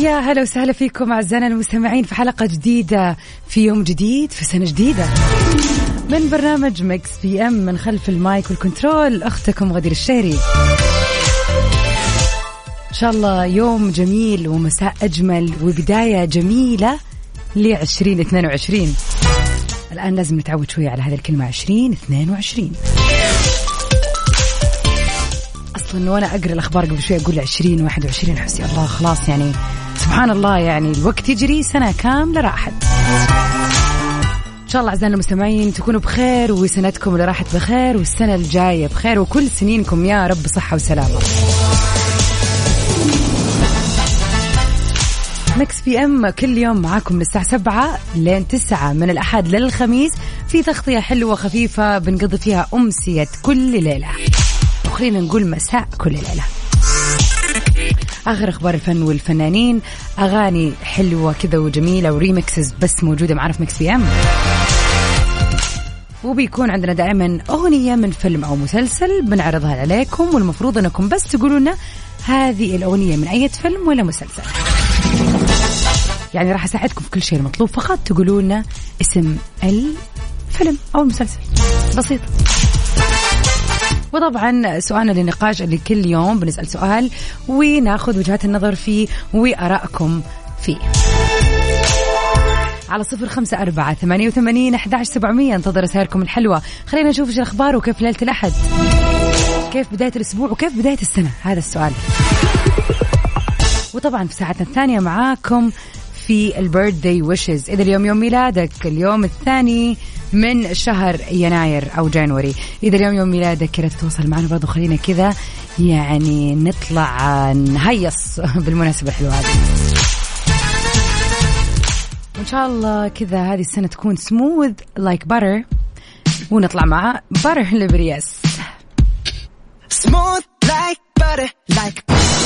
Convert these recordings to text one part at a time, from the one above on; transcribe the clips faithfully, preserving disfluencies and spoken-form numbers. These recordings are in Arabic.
يا هلا وسهلا فيكم أعزائنا المستمعين في حلقة جديدة في يوم جديد في سنة جديدة من برنامج ميكس بي ام. من خلف المايك والكنترول أختكم غدير الشهري. إن شاء الله يوم جميل ومساء أجمل وبداية جميلة لعشرين اثنين وعشرين. الآن لازم نتعود شوية على هذه الكلمة عشرين اثنين وعشرين. أصلاً وأنا أقرأ الأخبار قبل شوي أقول عشرين واحد وعشرين حسي الله خلاص يعني سبحان الله يعني الوقت يجري سنة كاملة راحت. إن شاء الله أعزائنا المستمعين تكونوا بخير وسنتكم اللي راحت بخير والسنة الجاية بخير وكل سنينكم يا رب صحة وسلامة. ميكس بي ام كل يوم معاكم من الساعة سبعة لين تسعة من الأحد للخميس في تغطية حلوة خفيفة بنقضي فيها أمسية كل ليلة وخلينا نقول مساء كل ليلة. آخر أخبار الفن والفنانين أغاني حلوة كذا وجميلة وريمكسز بس موجودة معنا في ميكس بي ام. وبيكون عندنا دائما أغنية من فيلم أو مسلسل بنعرضها عليكم والمفروض أنكم بس تقولوا لنا هذه الأغنية من أي فيلم ولا مسلسل. يعني راح أساعدكم في كل شيء المطلوب فقط تقولوا لنا اسم الفيلم أو المسلسل بسيط. وطبعا سؤالنا للنقاش اللي كل يوم بنسأل سؤال وناخذ وجهات النظر فيه وآرائكم فيه على صفر خمسة أربعة ثمانية وثمانين أحد عشر سبعمية. انتظر رسائلكم الحلوة. خلينا نشوف ايش الأخبار وكيف ليلة الأحد كيف بداية الأسبوع وكيف بداية السنة. هذا السؤال. وطبعا في ساعتنا الثانية معاكم في البيرثداي ويشز. إذا اليوم يوم ميلادك اليوم الثاني من شهر يناير أو جانوري إذا اليوم يوم ميلادك كده تتواصل معنا برضو خلينا كذا يعني نطلع نهيص بالمناسبة الحلوة هذه. وإن شاء الله كذا هذه السنة تكون سموث لايك باتر ونطلع مع باتر لبرياس. Smooth like butter, like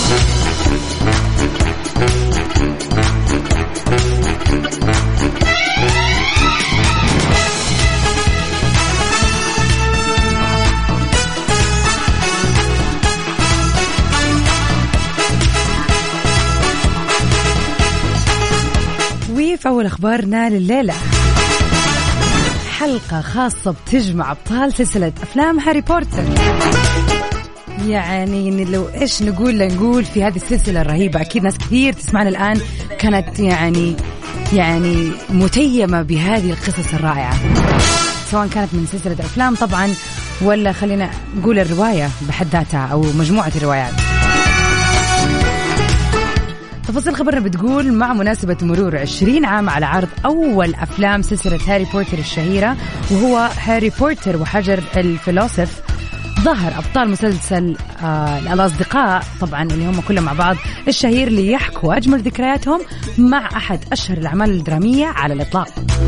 وفي أول أخبارنا لليلة حلقة خاصة بتجمع أبطال سلسلة أفلام هاري بوتر. يعني لو إيش نقول لنقول في هذه السلسلة الرهيبة. أكيد ناس كثير تسمعنا الآن كانت يعني يعني متيمة بهذه القصص الرائعة سواء كانت من سلسلة أفلام طبعا ولا خلينا نقول الرواية بحد ذاتها أو مجموعة الروايات. تفاصيل خبرنا بتقول مع مناسبة مرور عشرين عام على عرض أول أفلام سلسلة هاري بوتر الشهيرة وهو هاري بوتر وحجر الفيلوسف ظهر أبطال مسلسل آه الأصدقاء طبعا اللي هم كلهم مع بعض الشهير ليحكوا أجمل ذكرياتهم مع أحد أشهر الأعمال الدرامية على الإطلاق.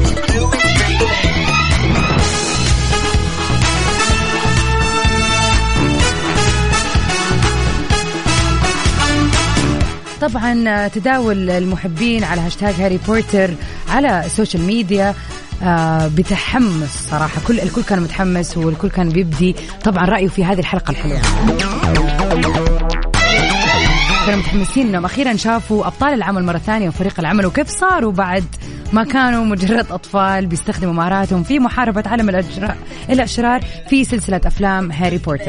طبعا تداول المحبين على هاشتاج هاري بوتر على السوشيال ميديا آه بتحمس صراحة. كل الكل كان متحمس والكل كان بيبدي طبعا رأيه في هذه الحلقة الحلوة. كانوا متحمسين انهم اخيرا شافوا ابطال العمل مرة ثانية وفريق العمل وكيف صاروا بعد ما كانوا مجرد اطفال بيستخدموا مهاراتهم في محاربة عالم الأجر... الاشرار في سلسلة افلام هاري بوتر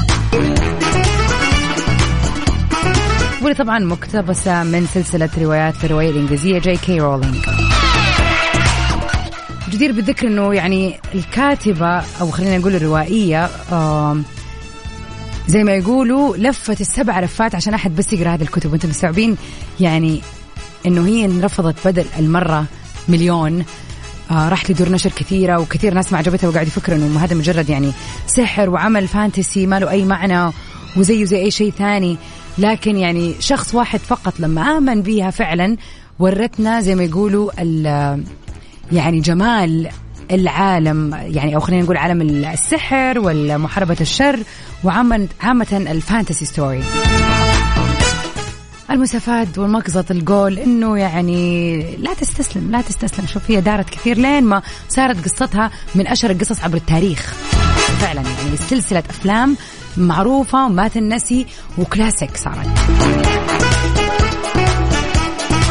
واللي طبعا مقتبسة من سلسلة روايات الرواية الإنجليزية جي كي رولينج. جدير بالذكر أنه يعني الكاتبة أو خلينا نقول الروائية زي ما يقولوا لفت السبع لفات عشان أحد بس يقرأ هذه الكتب. وانتم مستوعبين يعني أنه هي انرفضت بدل المرة مليون. آه راح لدور نشر كثيرة وكثير ناس ما عجبتها وقاعد يفكروا أنه هذا مجرد يعني سحر وعمل فانتسي ما له أي معنى وزيه زي أي شيء ثاني. لكن يعني شخص واحد فقط لما آمن بيها فعلا ورتنا زي ما يقولوا يعني جمال العالم يعني أو خلينا نقول عالم السحر والمحاربة الشر وعامة الفانتسي ستوري. المستفاد والمقصد الجول إنه يعني لا تستسلم لا تستسلم. شوف هي دارت كثير لين ما صارت قصتها من أشهر القصص عبر التاريخ فعلا. يعني سلسلة أفلام معروفة وما تنسي وكلاسيك صارت.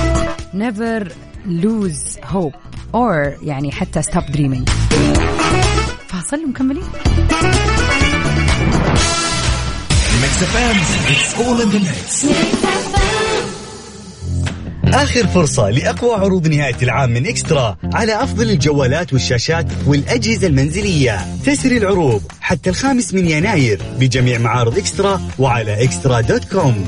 never lose hope or يعني حتى stop dreaming. فاصل ومكملين. آخر فرصة لأقوى عروض نهاية العام من إكسترا على أفضل الجوالات والشاشات والأجهزة المنزلية. تسري العروض حتى الخامس من يناير بجميع معارض إكسترا وعلى إكسترا دوت كوم.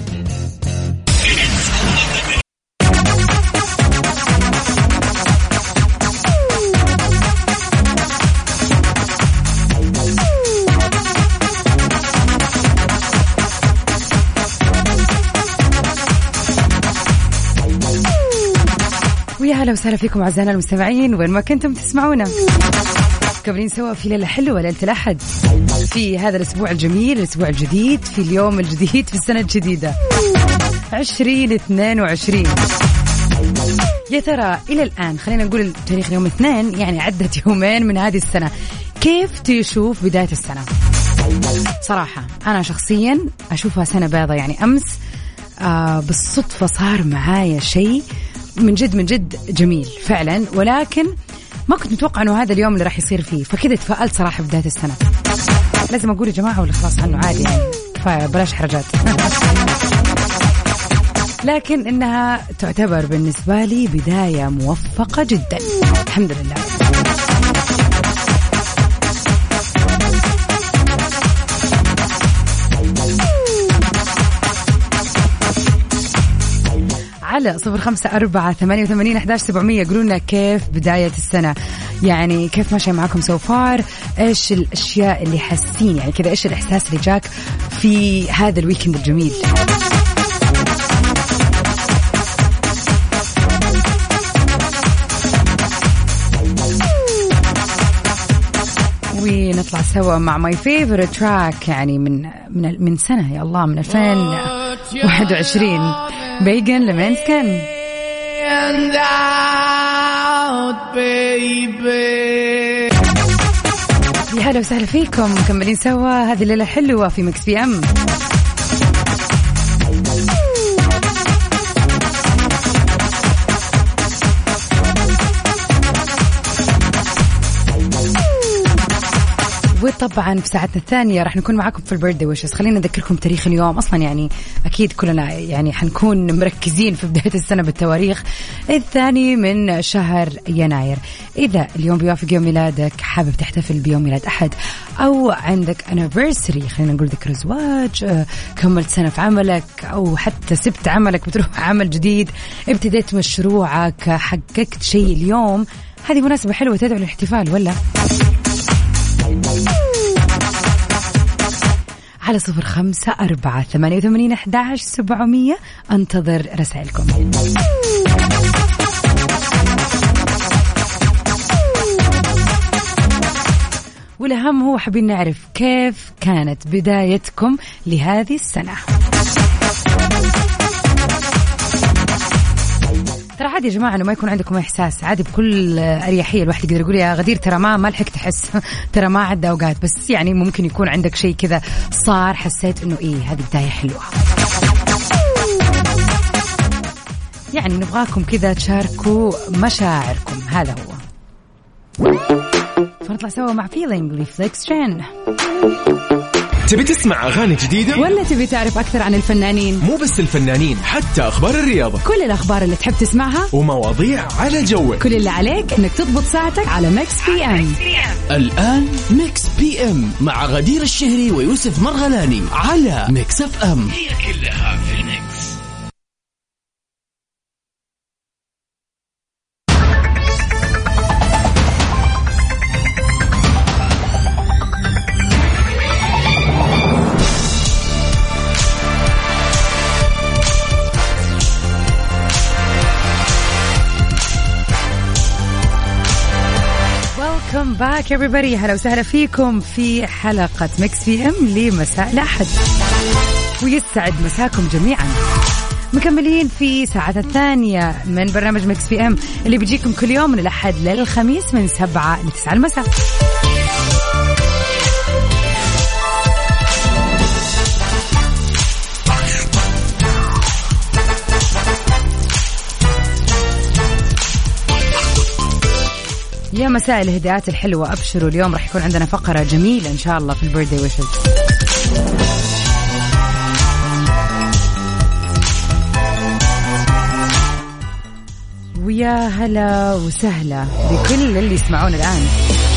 ويا هلا وسهلا فيكم أعزائنا المستمعين وين ما كنتم تسمعونا. كملين سوا في ليلة حلوة ليلة الأحد في هذا الأسبوع الجميل، الأسبوع الجديد، في اليوم الجديد، في السنة الجديدة عشرين اثنين وعشرين. يا ترى إلى الآن خلينا نقول تاريخ يوم اثنين، يعني عدت يومين من هذه السنة، كيف تشوف بداية السنة؟ صراحة أنا شخصيا أشوفها سنة بيضة. يعني أمس آه بالصدفة صار معايا شيء من جد من جد جميل فعلا، ولكن ما كنت متوقع أنه هذا اليوم اللي راح يصير فيه، فكده تفائلت صراحة بداية السنة. لازم أقول يا جماعة ولا خلاص عنه عادي يعني فبلاش حرجات. لكن إنها تعتبر بالنسبة لي بداية موفقة جدا الحمد لله. على صفر خمسة أربعة ثمانية وثمانين أحداش سبعمية قولوا لنا كيف بداية السنة، يعني كيف ماشي معكم سو فار، إيش الأشياء اللي حاسين يعني كذا، إيش الإحساس اللي جاك في هذا الويكند الجميل. ونطلع سوا مع ماي فيفورت تراك يعني من من من سنة يا الله من ألفين وواحد وعشرين، بيجن لمنسكن. يا هلا وسهلا فيكم مكملين سوا هذه الليلة حلوة في ميكس بي ام. وطبعا في ساعتنا الثانية راح نكون معاكم في البيرثدي ويشز. خلينا نذكركم تاريخ اليوم، أصلا يعني أكيد كلنا يعني حنكون مركزين في بداية السنة بالتواريخ. الثاني من شهر يناير. إذا اليوم بيوافق يوم ميلادك، حابب تحتفل بيوم ميلاد أحد، أو عندك anniversary خلينا نقول ذكرى زواج، كملت سنة في عملك، أو حتى سبت عملك بتروح عمل جديد، ابتديت مشروعك، حققت شيء اليوم، هذه مناسبة حلوة تدعو للاحتفال ولا؟ على صفر خمسة أربعة ثمانية وثمانين أحداش سبعمية أنتظر رسائلكم. والأهم هو حابين نعرف كيف كانت بدايتكم لهذه السنة. ترى عادي يا جماعة إنه ما يكون عندكم إحساس، عادي بكل أريحية الواحد يقدر يقول يا غدير ترى ما ما لحقت أحس، ترى ما عدى أوقات، بس يعني ممكن يكون عندك شيء كذا صار حسيت إنه إيه هذه بداية حلوة. يعني نبغاكم كذا تشاركوا مشاعركم، هذا هو. فنطلع سوا مع فيلينج لفليكسترين. تبي تسمع أغاني جديدة؟ ولا تبي تعرف أكثر عن الفنانين؟ مو بس الفنانين، حتى أخبار الرياضة، كل الأخبار اللي تحب تسمعها ومواضيع على جوك. كل اللي عليك إنك تضبط ساعتك على ميكس بي ام. الآن ميكس بي ام مع غدير الشهري ويوسف مرغلاني على ميكس اف ام، هي كلها في الميكس. Welcome back everybody. هلا وسهلا فيكم في حلقة ميكس بي ام لمساء الأحد، ويسعد مساكم جميعا. مكملين في ساعة الثانية من برنامج ميكس بي ام اللي بيجيكم كل يوم من الأحد للخميس من سبعة لتسعة المساء. يا مساء الهدايات الحلوة، أبشروا اليوم راح يكون عندنا فقرة جميلة إن شاء الله في البيرثدي ويشز. ويا هلا وسهلا بكل اللي يسمعون الآن.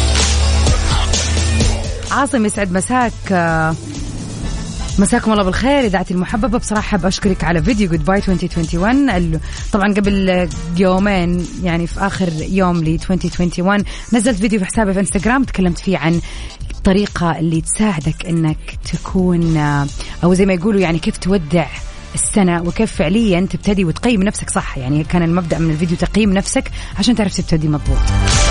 عاصم يسعد مساك، مساكم الله بالخير إذاعتي المحببة. بصراحة بأشكرك على فيديو جود باي ألفين وواحد وعشرين. طبعا قبل يومين يعني في آخر يوم ل ألفين وواحد وعشرين نزلت فيديو في حسابي في انستغرام تكلمت فيه عن الطريقة اللي تساعدك إنك تكون أو زي ما يقولوا يعني كيف تودع السنة وكيف فعليا تبتدي وتقيم نفسك صح. يعني كان المبدأ من الفيديو تقييم نفسك عشان تعرف تبتدي مضبوط.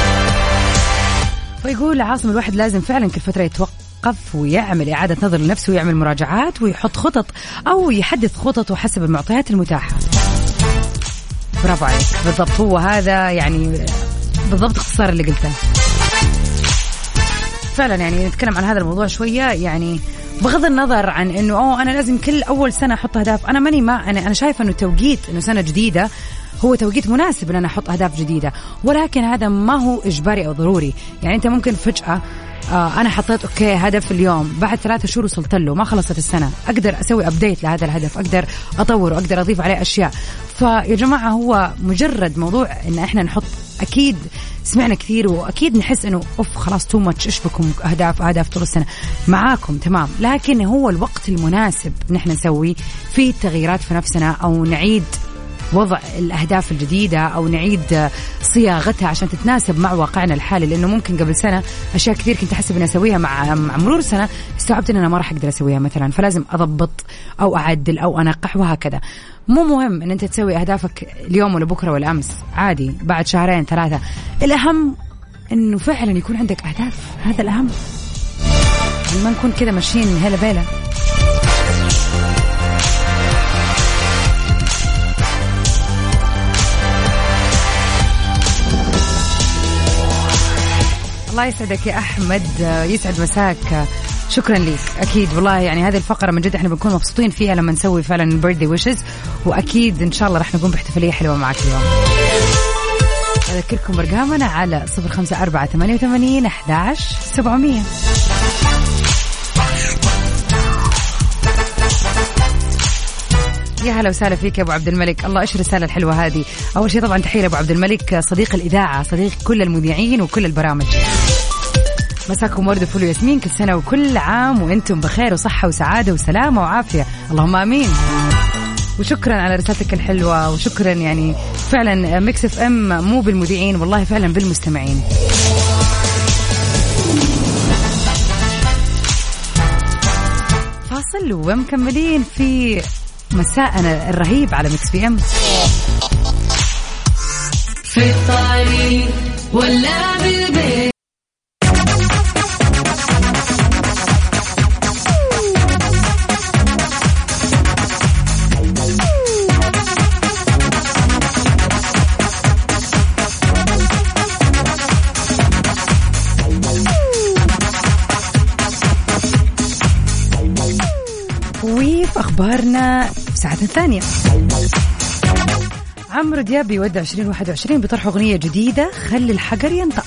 ويقول عاصم الواحد لازم فعلا كل فترة يتوقف ويعمل إعادة نظر لنفسه ويعمل مراجعات ويحط خطط أو يحدث خطط وحسب المعطيات المتاحة. برافو عليك، بالضبط هو هذا يعني بالضبط اختصار اللي قلته. فعلا يعني نتكلم عن هذا الموضوع شوية، يعني بغض النظر عن انه اوه انا لازم كل اول سنة احط اهداف. انا ماني ما انا انا شايفة انه توقيت انه سنة جديدة هو توقيت مناسب ان انا احط اهداف جديدة، ولكن هذا ما هو اجباري او ضروري. يعني انت ممكن فجأة آه انا حطيت اوكي هدف اليوم، بعد ثلاثة شهور وصلت له ما خلصت السنة، اقدر اسوي ابديت لهذا الهدف، اقدر اطوره، اقدر اضيف عليه اشياء. فيا جماعة هو مجرد موضوع ان احنا نحط، اكيد سمعنا كثير واكيد نحس انه اوف خلاص تو ماتش، ايش بكم اهداف اهداف طول السنه معاكم تمام، لكن هو الوقت المناسب نحن نسوي فيه تغييرات في نفسنا او نعيد وضع الأهداف الجديدة أو نعيد صياغتها عشان تتناسب مع واقعنا الحالي. لأنه ممكن قبل سنة أشياء كثير كنت أحسب أن أسويها مع مع مرور سنة استوعبت أن أنا ما راح أقدر أسويها مثلا، فلازم أضبط أو أعدل أو أنقح وهكذا. مو مهم أن أنت تسوي أهدافك اليوم ولا بكرة ولا أمس، عادي بعد شهرين ثلاثة. الأهم أنه فعلا يكون عندك أهداف، هذا الأهم، ما نكون كذا ماشيين هلا بيلا. الله يسعدك يا أحمد، يسعد مساك، شكرا لك. أكيد والله يعني هذه الفقرة من جد احنا بنكون مبسوطين فيها لما نسوي فعلا birthday wishes، وأكيد إن شاء الله رح نقوم باحتفالية حلوة معك اليوم. أذكركم برقامنا على صفر خمسة أربعة ثمانية وثمانين أحد عشر سبعمية. يا هلا وسهلا فيك يا أبو عبد الملك. الله إيش الرسالة الحلوة هذه. أول شيء طبعا تحية أبو عبد الملك، صديق الإذاعة، صديق كل المذيعين وكل البرامج. مساكم ورد وفل وياسمين، كل سنة وكل عام وأنتم بخير وصحة وسعادة وسلامة وعافية، اللهم آمين. وشكرا على رسالتك الحلوة، وشكرا يعني فعلا ميكس اف ام مو بالمذيعين والله فعلا بالمستمعين. فاصل ومكملين في مساءنا الرهيب على ميكس بي ام. في الطريق ولا بالبيت، وفي أخبارنا في ساعة الثانية، عمرو دياب يودع عشرين واحد وعشرين بطرح أغنية جديدة خلي الحجر ينطق.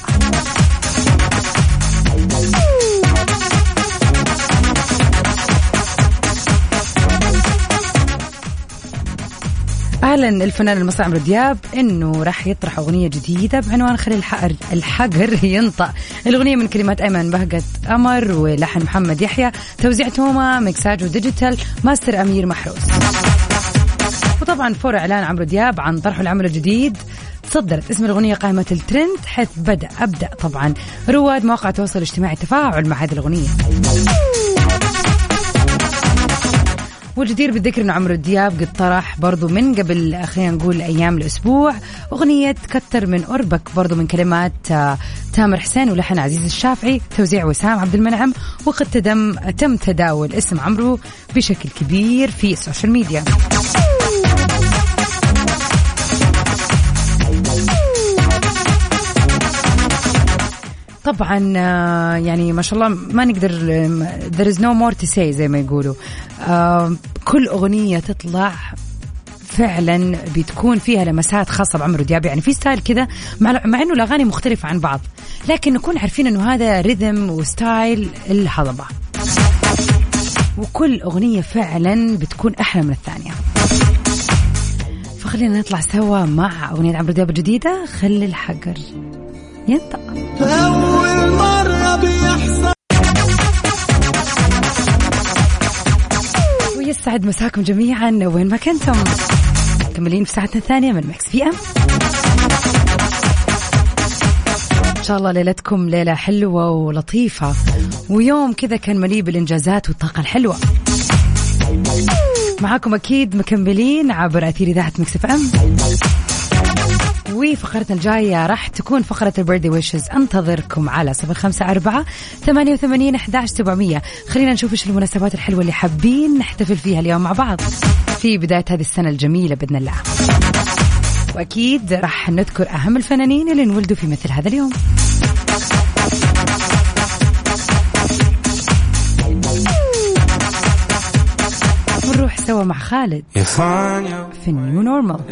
أعلن الفنان المصري عمرو دياب إنه راح يطرح أغنية جديدة بعنوان خلي الحجر الحجر ينطق. الأغنية من كلمات أيمن بهجت أمر ولحن محمد يحيى، توزيع توما، ميكساج وديجيتال، ماستر أمير محروس. وطبعا فور إعلان عمرو دياب عن طرح العمل الجديد تصدرت اسم الأغنية قائمة الترند، حيث بدأ أبدأ طبعا رواد مواقع التواصل الاجتماعي التفاعل مع هذه الأغنية. والجدير بالذكر أنه عمرو دياب قد طرح برضو من قبل خلينا نقول أيام الأسبوع أغنية كتر من قربك، برضو من كلمات تامر حسين ولحن عزيز الشافعي، توزيع وسام عبد المنعم. وقد تدم تم تداول اسم عمرو بشكل كبير في السوشيال ميديا. طبعا يعني ما شاء الله ما نقدر there is no more to say زي ما يقولوا. كل أغنية تطلع فعلا بتكون فيها لمسات خاصة بعمرو دياب. يعني في ستايل كذا مع, مع أنه الأغاني مختلفة عن بعض، لكن نكون عارفين أنه هذا ريذم وستايل الهضبة، وكل أغنية فعلا بتكون أحلى من الثانية. فخلينا نطلع سوا مع أغنية عمرو دياب الجديدة خلي الحجر ينطق. أول مرة بيحصل. ويسعد مساكم جميعا وين ما كنتم، مكملين في ساعتنا الثانية من مكس بي ام. إن شاء الله ليلتكم ليلة حلوة ولطيفة، ويوم كذا كان مليء بالإنجازات والطاقة الحلوة. معاكم أكيد مكملين عبر أثير إذاعة مكس اف ام، وفقرتنا الجاية راح تكون فقرة البيرثدي ويشز. انتظركم على صفر خمسة أربعة ثمانية وثمانين أحد عشر سبعمية. خلينا نشوف إيش المناسبات الحلوة اللي حابين نحتفل فيها اليوم مع بعض في بداية هذه السنة الجميلة بإذن الله. وأكيد راح نذكر أهم الفنانين اللي انولدوا في مثل هذا اليوم. ونروح سوا مع خالد في نيو نورمال.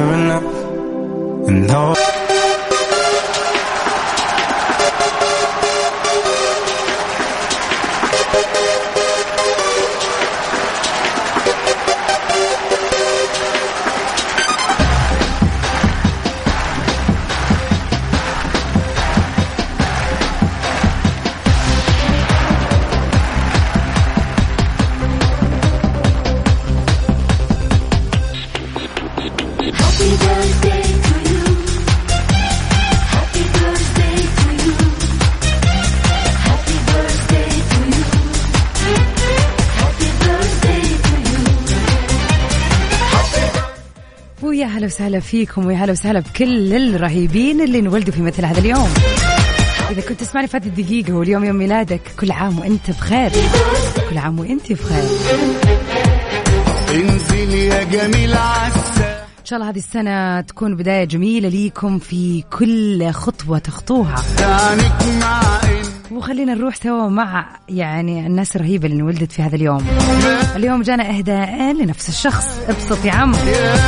ويا هلا وسهلا فيكم، ويا هلا وسهلا بكل الرهيبين اللي انولدوا في مثل هذا اليوم. إذا كنت تسمعني فاتت الدقيقة واليوم يوم ميلادك، كل عام وأنت بخير، كل عام وأنت بخير. انزل يا جميل عسى. إن شاء الله هذه السنة تكون بداية جميلة ليكم في كل خطوة تخطوها. وخلينا نروح سوا مع يعني الناس الرهيبة اللي انولدت في هذا اليوم. اليوم جانا إهداء لنفس الشخص. ابسط يا عم.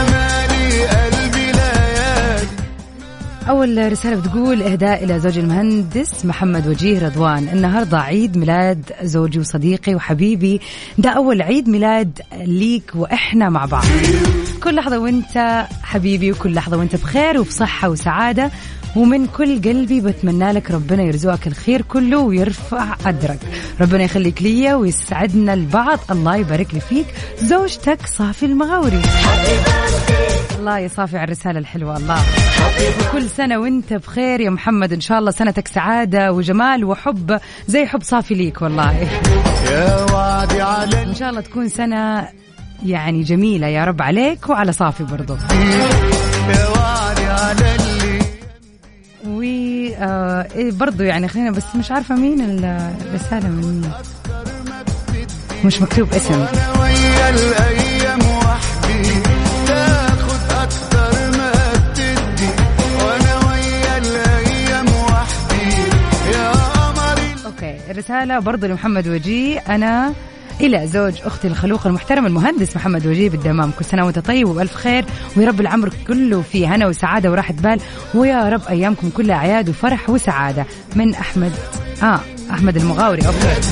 أول رسالة بتقول إهداء إلى زوجي المهندس محمد وجيه رضوان. النهاردة عيد ميلاد زوجي وصديقي وحبيبي، ده أول عيد ميلاد ليك وإحنا مع بعض. كل لحظة وإنت حبيبي، وكل لحظة وإنت بخير وبصحة وسعادة، ومن كل قلبي بتمنى لك ربنا يرزقك الخير كله ويرفع قدرك. ربنا يخليك ليا ويسعدنا البعض. الله يبارك لي فيك زوجتك صافي المغاوري. الله يصافي على الرسالة الحلوة. الله كل سنة وانت بخير يا محمد، ان شاء الله سنتك سعادة وجمال وحب زي حب صافي ليك. والله يا وعدي على ان شاء الله تكون سنة يعني جميلة يا رب عليك وعلى صافي برضو. يا وعدي على اللي و آه برضو يعني خلينا بس مش عارفة مين الرسالة، من مش مكتوب اسم. وانا ويا الايام وحدي تاخد اكتر ما بتدي، وانا ويا الايام وحدي يا قمري. اوكي الرسالة برضو لمحمد وجيه. انا إلى زوج أختي الخلوق المحترم المهندس محمد وجيه بالدمام، كل سنة وأنت طيب وبألف خير، ويا رب العمر كله في هنا وسعادة وراحة بال، ويا رب أيامكم كلها أعياد وفرح وسعادة. من أحمد آه أحمد المغاوري. أوكي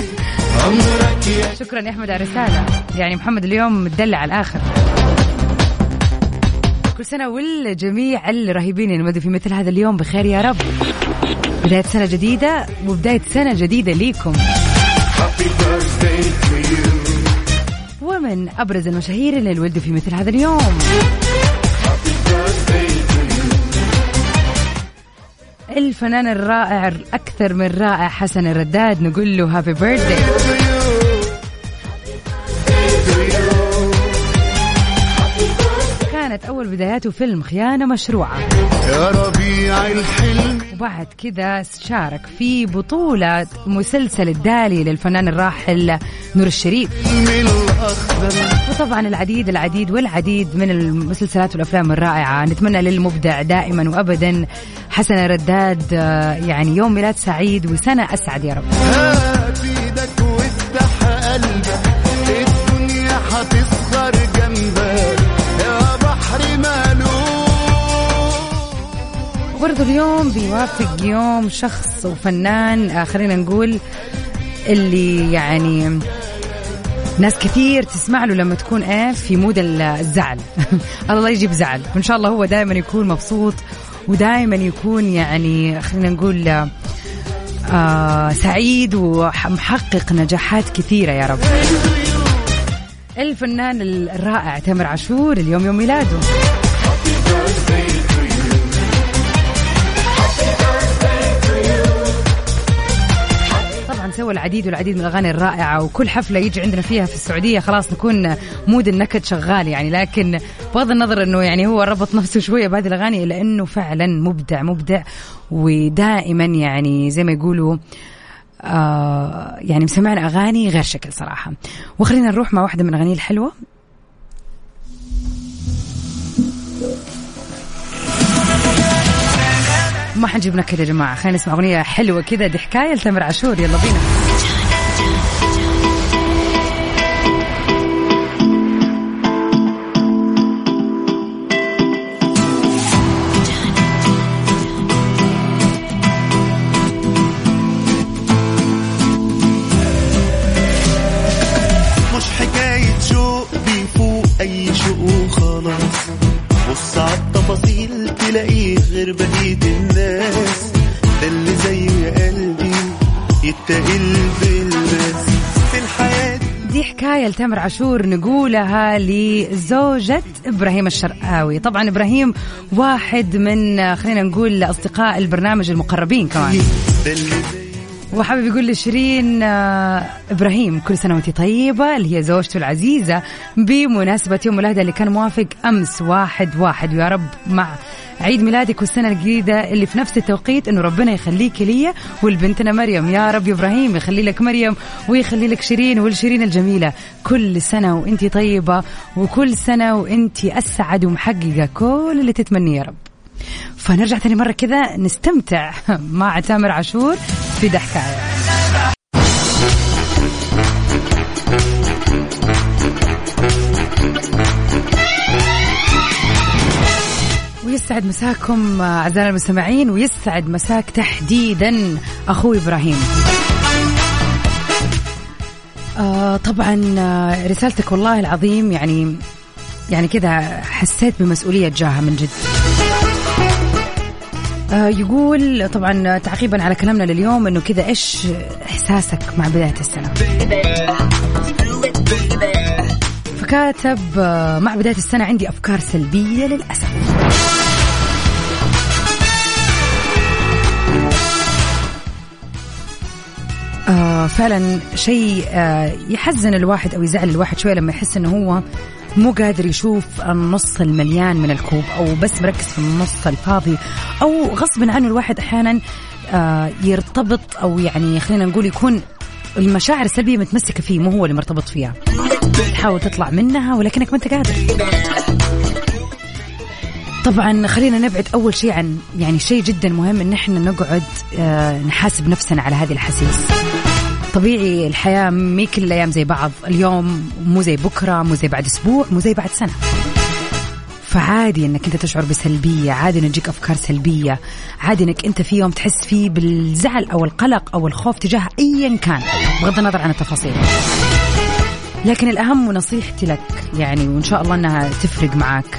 شكرا يا أحمد على الرسالة. يعني محمد اليوم متدلع على الآخر. كل سنة والجميع الرهيبين اللي في مثل هذا اليوم بخير يا رب. بداية سنة جديدة وبداية سنة جديدة ليكم. ومن أبرز المشاهير اللي ولدوا في مثل هذا اليوم الفنان الرائع الأكثر من رائع حسن الرداد، نقول له هابي بيرثدي. كانت أول بداياته فيلم خيانة مشروعة يا ربيع الحلم، وبعد كذا شارك في بطولة مسلسل الدالي للفنان الراحل نور الشريف، وطبعا العديد العديد والعديد من المسلسلات والأفلام الرائعة. نتمنى للمبدع دائما وأبدا حسن الرداد يعني يوم ميلاد سعيد وسنة أسعد يا رب. هاتيدك وافتح قلبك، الدنيا هتصغر جنبك يا وبرضو اليوم بيوافق يوم شخص وفنان آه خلينا نقول اللي يعني ناس كثير تسمع له لما تكون ايه في مود الزعل. الله يجيب زعل، وإن شاء الله هو دائما يكون مبسوط ودائما يكون يعني خلينا نقول آه سعيد ومحقق نجاحات كثيرة يا رب. الفنان الرائع تامر عاشور اليوم يوم ميلاده. طبعا سوى العديد والعديد من الأغاني الرائعة، وكل حفلة يجي عندنا فيها في السعودية خلاص نكون مود النكد شغال يعني. لكن بغض النظر أنه يعني هو ربط نفسه شوية بهذه الأغاني إلا أنه فعلا مبدع مبدع ودائما يعني زي ما يقولوا آه يعني مسمعنا أغاني غير شكل صراحة. وخلينا نروح مع واحدة من أغانيه الحلوة. ما حنجيب نكد يا جماعة، خلينا نسمع أغنية حلوة كذا، دي حكاية لتامر عاشور. يلا بينا. مش حكاية شوق بيفوق أي شوق وخلاص، بص عالتفاصيل تلاقيه غير بقية الناس، ده اللي زيه يا قلبي يتقل بالبس في الحياة. دي حكاية لتامر عاشور نقولها لزوجة إبراهيم الشرقاوي. طبعا إبراهيم واحد من خلينا نقول أصدقاء البرنامج المقربين كمان، وحابب يقول لشيرين آه إبراهيم كل سنة وانتي طيبة، اللي هي زوجته العزيزة بمناسبة يوم ميلادها اللي كان موافق أمس واحد واحد. ويا رب مع عيد ميلادك والسنة الجديدة اللي في نفس التوقيت إنه ربنا يخليك لي والبنتنا مريم. يا رب يا إبراهيم يخلي لك مريم ويخلي لك شيرين والشيرين الجميلة. كل سنة وانتي طيبة وكل سنة وانتي أسعد ومحققة كل اللي تتمنيه يا رب. فنرجع ثاني مرة كذا نستمتع مع تامر عاشور في دحكاية. ويسعد مساكم أعزائنا المستمعين، ويسعد مساك تحديدا أخوي إبراهيم. آه طبعا رسالتك والله العظيم يعني يعني كذا حسيت بمسؤولية جاها من جد. آه يقول طبعا تعقيبا على كلامنا لليوم انه كذا ايش احساسك مع بداية السنة. فكاتب آه مع بداية السنة عندي افكار سلبية للأسف. آه فعلا شيء آه يحزن الواحد او يزعل الواحد شوية لما يحس انه هو مو قادر يشوف النص المليان من الكوب، أو بس مركز في النص الفاضي، أو غصب عنه الواحد أحيانا يرتبط أو يعني خلينا نقول يكون المشاعر السلبية متمسكة فيه مو هو اللي مرتبط فيها، تحاول تطلع منها ولكنك ما أنت قادر. طبعا خلينا نبعد أول شيء عن يعني شيء جدا مهم إن احنا نقعد نحاسب نفسنا على هذه الأحاسيس. طبيعي الحياة مي كل الأيام زي بعض، اليوم مو زي بكرة، مو زي بعد أسبوع، مو زي بعد سنة. فعادي أنك أنت تشعر بسلبية، عادي أن تجيك أفكار سلبية، عادي أنك أنت في يوم تحس فيه بالزعل أو القلق أو الخوف تجاه أيا كان بغض النظر عن التفاصيل. لكن الأهم ونصيحتي لك يعني وإن شاء الله أنها تفرق معاك،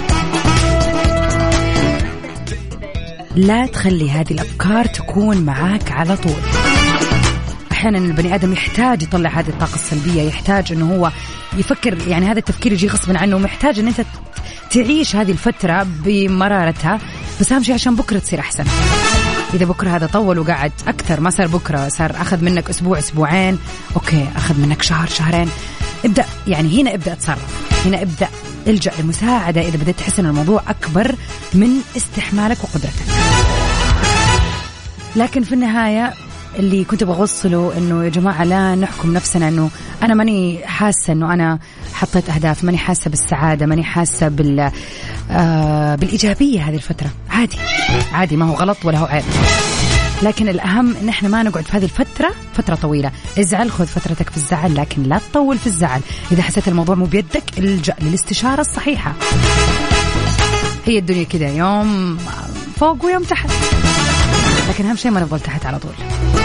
لا تخلي هذه الأفكار تكون معاك على طول. أحيانا البني آدم يحتاج يطلع هذه الطاقة السلبية، يحتاج أنه هو يفكر يعني هذا التفكير يجي غصبا عنه، ومحتاج أن أنت تعيش هذه الفترة بمرارتها، بس أهم شيء عشان بكرة تصير أحسن. إذا بكرة هذا طول وقعد أكثر، ما صار بكرة، صار أخذ منك أسبوع أسبوعين، أوكي أخذ منك شهر شهرين، ابدأ يعني هنا ابدأ تصرف، هنا ابدأ الجأ لمساعدة إذا بدأت تحس أن الموضوع أكبر من استحمالك وقدرتك. لكن في النهاية اللي كنت بغوصله إنه يا جماعة لا نحكم نفسنا إنه أنا ماني حاسة إنه أنا حطيت أهداف، ماني حاسة بالسعادة، ماني حاسة بال آه بالإيجابية هذه الفترة. عادي عادي، ما هو غلط ولا هو عيب، لكن الأهم إن إحنا ما نقعد في هذه الفترة فترة طويلة. ازعل، خذ فترتك في الزعل، لكن لا تطول في الزعل. إذا حسيت الموضوع مو بيدك الجأ للاستشارة الصحيحة. هي الدنيا كده، يوم فوق ويوم تحت، لكن أهم شيء ما نفضل تحت على طول.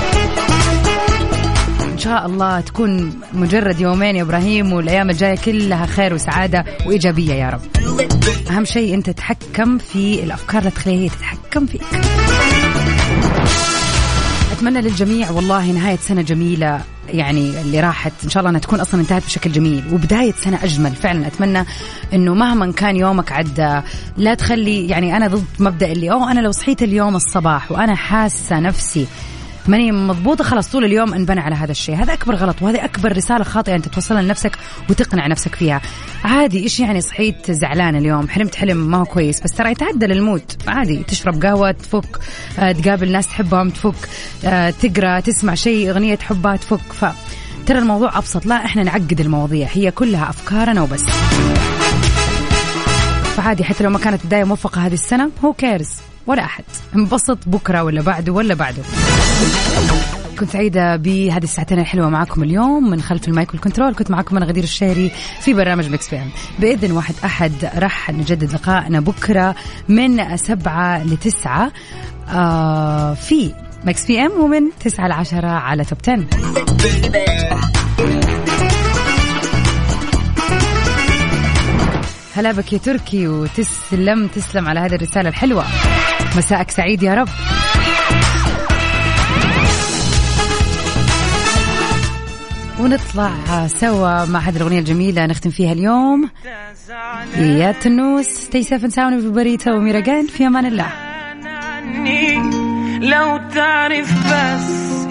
إن شاء الله تكون مجرد يومين يا إبراهيم، والأيام الجاية كلها خير وسعادة وإيجابية يا رب. أهم شيء أنت تتحكم في الأفكار، لا تخليها تتحكم فيك. أتمنى للجميع والله نهاية سنة جميلة، يعني اللي راحت إن شاء الله أنها تكون أصلا انتهت بشكل جميل، وبداية سنة أجمل. فعلا أتمنى أنه مهما كان يومك عدى لا تخلي، يعني أنا ضد مبدأ اللي أوه أنا لو صحيت اليوم الصباح وأنا حاسة نفسي ماني مضبوطة خلاص طول اليوم انبنى على هذا الشيء. هذا أكبر غلط، وهذه أكبر رسالة خاطئة أنت توصلها لنفسك وتقنع نفسك فيها. عادي، إيش يعني صحيت زعلان اليوم، حلمت حلم ما هو كويس، بس ترى يتعدل المود عادي. تشرب قهوة تفك، آه، تقابل ناس تحبهم تفك، آه، تقرأ، تسمع شيء أغنية تحبها تفك. فترى الموضوع أبسط، لا إحنا نعقد المواضيع، هي كلها أفكارنا وبس. فعادي حتى لو ما كانت بداية موفقة هذه السنة، هو كيرز ولا أحد، انبسط بكرة ولا بعده ولا بعده. كنت سعيدة بهذه الساعتين الحلوة معكم اليوم من خلف المايك والكنترول. كنت معكم أنا غدير الشهري في برنامج ميكس بي ام. بإذن واحد أحد راح نجدد لقائنا بكرة من سبعة لتسعة آه في ميكس بي ام، ومن تسعة لعشرة على توب عشرة. هلا بك يا تركي، وتسلم تسلم على هذه الرسالة الحلوة. مساءك سعيد يا رب. ونطلع سوا مع هذه الأغنية الجميلة نختم فيها اليوم. يا تنوس stay safe and sound everybody. وميرا جان في أمان الله. لو تعرف بس